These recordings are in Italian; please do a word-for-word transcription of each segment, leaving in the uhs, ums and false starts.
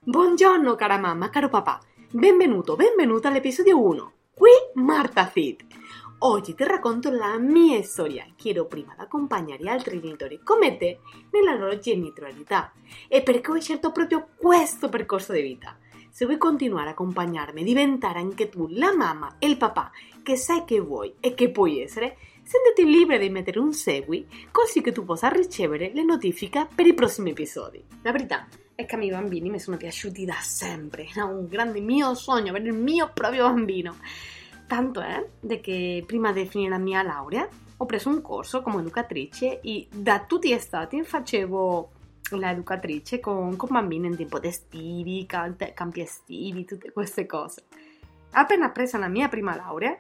Buongiorno cara mamma, caro papà, benvenuto, benvenuta all'episodio uno. Qui Marta Fit. Oggi ti racconto la mia storia. Quiero prima di accompagnare altri genitori come te nella loro genitorialità e perché ho scelto proprio questo percorso di vita. Se vuoi continuare a accompagnarmi, diventare anche tu la mamma e il papà che sai che vuoi e che puoi essere, sentiti libera di mettere un segui così che tu possa ricevere le notifiche per i prossimi episodi. La verità è che a me i bambini mi sono piaciuti da sempre, era un grande mio sogno avere il mio proprio bambino. Tanto è che prima di finire la mia laurea ho preso un corso come educatrice e da tutti gli stati facevo la educatrice con, con bambini in tempo estivi, campi estivi, tutte queste cose. Appena presa la mia prima laurea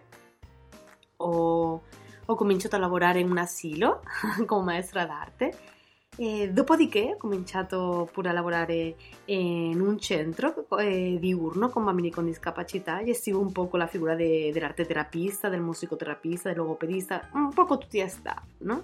ho, ho cominciato a lavorare in un asilo come maestra d'arte e dopodiché ho cominciato pure a lavorare in un centro eh, diurno con bambini con discapacità. Gestivo un po' la figura de, dell'arte terapista, del musicoterapista, del logopedista, un po' tutti gli staff, no?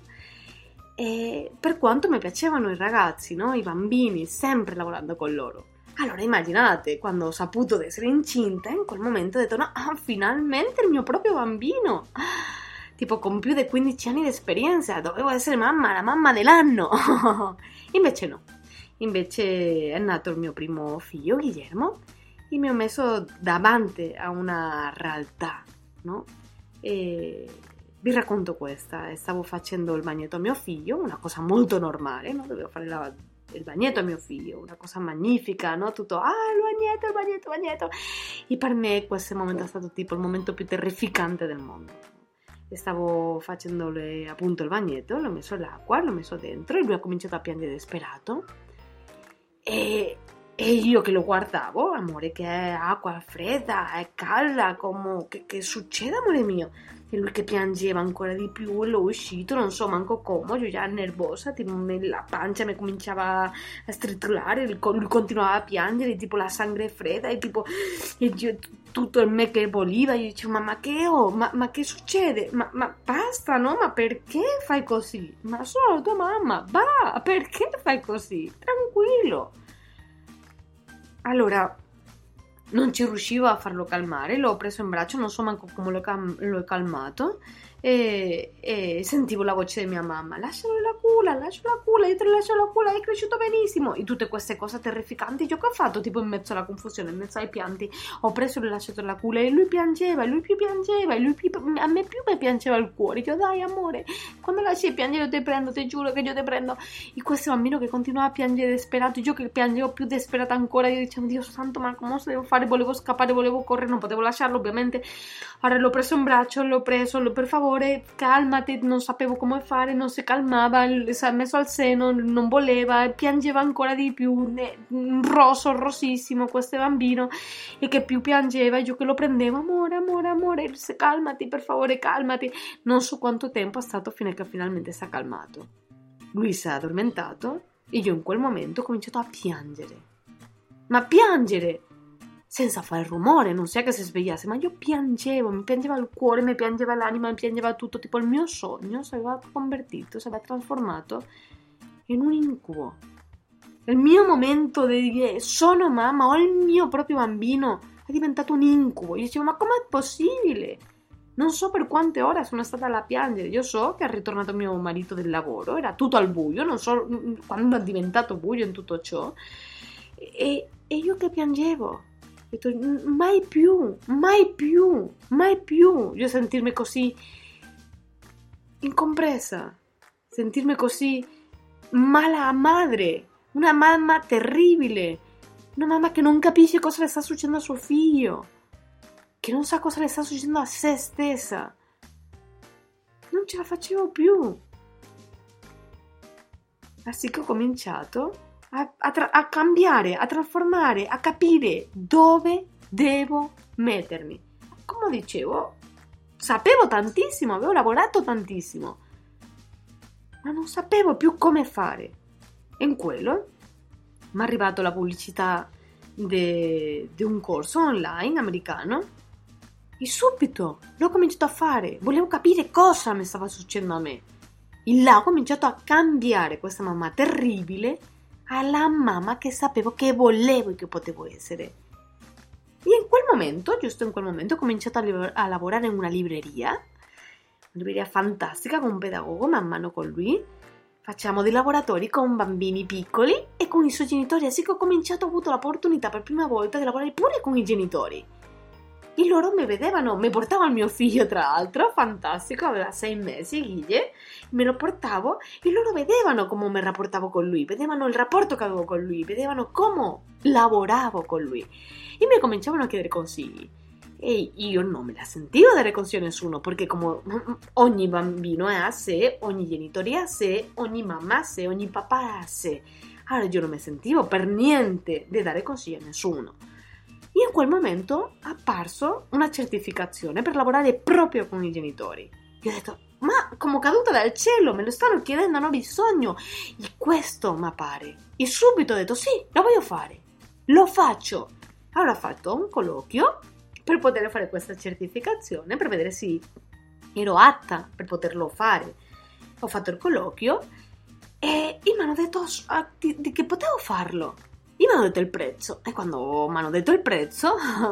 E per quanto mi piacevano i ragazzi, no? I bambini, sempre lavorando con loro. Allora immaginate, quando ho saputo di essere incinta, in quel momento ho detto no, ah, finalmente il mio proprio bambino, tipo con più di quindici anni di esperienza, dovevo essere mamma, la mamma dell'anno. Invece no, invece è nato il mio primo figlio, Guillermo, e mi ho messo davanti a una realtà, no? E vi racconto questa, stavo facendo il bagnetto a mio figlio, una cosa molto normale, no? Dovevo fare la, il bagnetto a mio figlio, una cosa magnifica, no? Tutto, ah, il bagnetto, il bagnetto, il bagnetto. E per me questo momento è stato tipo il momento più terrificante del mondo. Stavo facendole appunto il bagnetto, l'ho messo l'acqua, l'ho messo dentro e lui ha cominciato a piangere disperato. E, e io che lo guardavo, amore, che è acqua fredda, è calda, come, che, che succede, amore mio? E lui che piangeva ancora di più, l'ho uscito, non so manco come, io già nervosa, tipo la pancia mi cominciava a stritolare, lui continuava a piangere, tipo la sangue fredda, e tipo, e io, tutto il me che bolliva, io dicevo, ma, ma che ho, ma, ma che succede? Ma, ma basta, no? Ma perché fai così? Ma sono la tua mamma, va, perché fai così? Tranquillo. Allora, non ci riuscivo a farlo calmare, l'ho preso in braccio, non so manco come l'ho, cam- l'ho calmato e, e sentivo la voce di mia mamma, lascialo la culla, lascialo la culla, io te lo lascio la culla, è cresciuto benissimo, e tutte queste cose terrificanti. Io che ho fatto? Tipo in mezzo alla confusione, in mezzo ai pianti, ho preso e l'ho lasciato la culla e lui piangeva, e lui più piangeva, e lui più, a me più mi piangeva il cuore. Io dai amore, quando lasci piangere io ti prendo, ti giuro che io ti prendo. E questo bambino che continuava a piangere disperato, io che piangevo più disperata ancora, io dicevo, Dio santo, ma come devo fare? Volevo scappare, volevo correre, non potevo lasciarlo ovviamente. Allora l'ho preso in braccio, l'ho preso, l'ho, per favore calmati, non sapevo come fare, non si calmava, si è messo al seno, non voleva, piangeva ancora di più, rosso, rosissimo questo bambino, e che più piangeva, io che lo prendevo, amore, amore, amore, calmati, per favore, calmati. Non so quanto tempo è stato fino a che finalmente si è calmato. Lui si è addormentato e io in quel momento ho cominciato a piangere, ma piangere senza fare rumore, non sia che si svegliasse, ma io piangevo, mi piangeva il cuore, mi piangeva l'anima, mi piangeva tutto, tipo il mio sogno si aveva convertito, si aveva trasformato in un incubo. Il mio momento di dire sono mamma, ho il mio proprio bambino, è diventato un incubo. Io dicevo, ma com'è possibile? Non so per quante ore sono stata là a piangere. Io so che è ritornato mio marito del lavoro, era tutto al buio, non so quando è diventato buio in tutto ciò, e, e io che piangevo. Ho detto, mai più, mai più, mai più io sentirmi così incompresa, sentirmi così mala madre, una mamma terribile, una mamma che non capisce cosa le sta succedendo a suo figlio, che non sa cosa le sta succedendo a se stessa. Non ce la facevo più. Così che ho cominciato A, a, tra- a cambiare, a trasformare, a capire dove devo mettermi. Come dicevo, sapevo tantissimo, avevo lavorato tantissimo, ma non sapevo più come fare. E in quello mi è arrivata la pubblicità di un corso online americano e subito l'ho cominciato a fare. Volevo capire cosa mi stava succedendo a me. E là ho cominciato a cambiare questa mamma terribile alla mamma che sapevo che volevo e che potevo essere. E in quel momento, giusto in quel momento, ho cominciato a, li- a lavorare in una libreria, una libreria fantastica con un pedagogo, man mano con lui. Facciamo dei laboratori con bambini piccoli e con i suoi genitori, así che ho cominciato, ho avuto l'opportunità per prima volta di lavorare pure con i genitori. E loro mi vedevano, mi portavo il mio figlio tra l'altro, fantastico, aveva sei mesi, Guiglie, me lo portavo e loro vedevano come mi rapportavo con lui, vedevano il rapporto che avevo con lui, vedevano come lavoravo con lui e mi cominciavano a chiedere consigli. E io non me la sentivo dare consigli a nessuno, perché come ogni bambino è a sé, ogni genitore è a sé, ogni mamma è a sé, ogni papà è a sé. Allora io non mi sentivo per niente di dare consigli a nessuno. E in quel momento è apparso una certificazione per lavorare proprio con i genitori. Io ho detto, ma come caduta dal cielo, me lo stanno chiedendo, non ho bisogno. E questo mi appare. E subito ho detto, sì, lo voglio fare, lo faccio. Allora ho fatto un colloquio per poter fare questa certificazione, per vedere se ero atta per poterlo fare. Ho fatto il colloquio e, e mi hanno detto ah, di, di che potevo farlo. E mi hanno detto il prezzo. E quando mi hanno detto il prezzo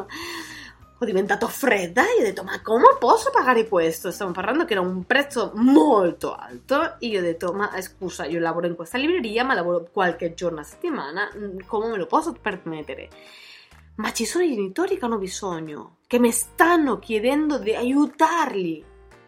ho diventato fredda e ho detto, ma come posso pagare questo? Stiamo parlando che era un prezzo molto alto. E io ho detto, ma scusa, io lavoro in questa libreria, ma lavoro qualche giorno a settimana, come me lo posso permettere? Ma ci sono i genitori che hanno bisogno, che mi stanno chiedendo di aiutarli.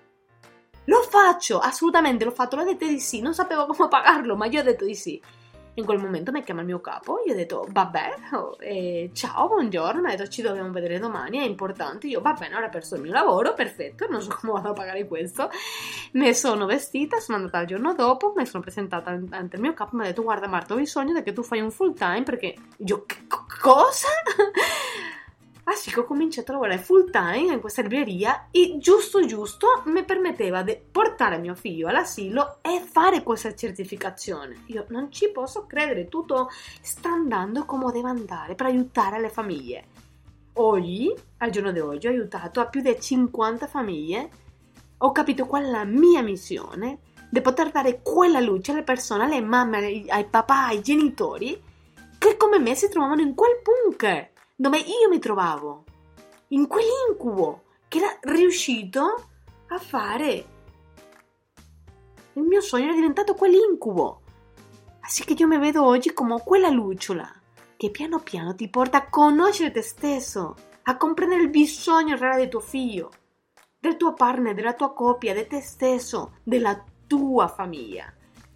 Lo faccio, assolutamente l'ho fatto, l'ho detto di sì, non sapevo come pagarlo, ma io ho detto di sì. In quel momento mi chiama il mio capo, io ho detto vabbè, oh, eh, ciao, buongiorno, mi ha detto ci dobbiamo vedere domani, è importante. Io va bene, ora ho perso il mio lavoro, perfetto, non so come vado a pagare questo. Mi sono vestita, sono andata il giorno dopo, mi sono presentata ante il mio capo, mi ha detto guarda Marta, ho bisogno che tu fai un full time, perché io cosa? Así che ho cominciato a lavorare full time in questa libreria e giusto giusto mi permetteva di portare mio figlio all'asilo e fare questa certificazione. Io non ci posso credere, tutto sta andando come deve andare per aiutare le famiglie. Oggi, al giorno di oggi, ho aiutato a più di cinquanta famiglie, ho capito qual è la mia missione, di poter dare quella luce alle persone, alle mamme, ai, ai papà, ai genitori, che come me si trovavano in quel bunker dove io mi trovavo, in quell'incubo che era riuscito a fare. Il mio sogno era diventato quell'incubo. Così che io mi vedo oggi come quella lucciola che piano piano ti porta a conoscere te stesso, a comprendere il bisogno reale di tuo figlio, del tuo partner, della tua coppia, di te stesso, della tua famiglia.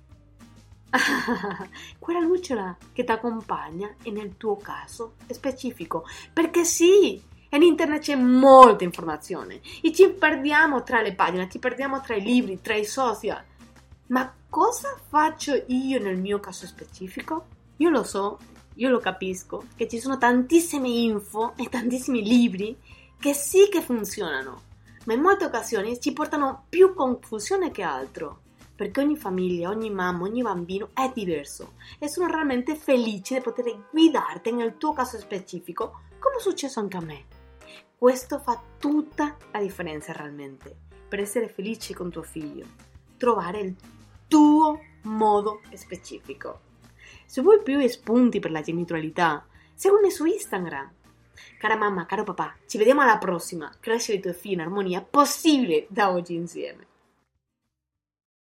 Quella lucciola che ti accompagna e nel tuo caso è specifico, perché sì, in internet c'è molta informazione e ci perdiamo tra le pagine, ci perdiamo tra i libri, tra i social, ma cosa faccio io nel mio caso specifico? Io lo so, io lo capisco, che ci sono tantissime info e tantissimi libri che sì che funzionano, ma in molte occasioni ci portano più confusione che altro. Perché ogni famiglia, ogni mamma, ogni bambino è diverso e sono realmente felice di poter guidarti nel tuo caso specifico, come è successo anche a me. Questo fa tutta la differenza realmente, per essere felice con tuo figlio, trovare il tuo modo specifico. Se vuoi più spunti per la genitorialità, seguimi su Instagram. Cara mamma, caro papà, ci vediamo alla prossima. Crescere i tuoi figli in armonia possibile da oggi insieme.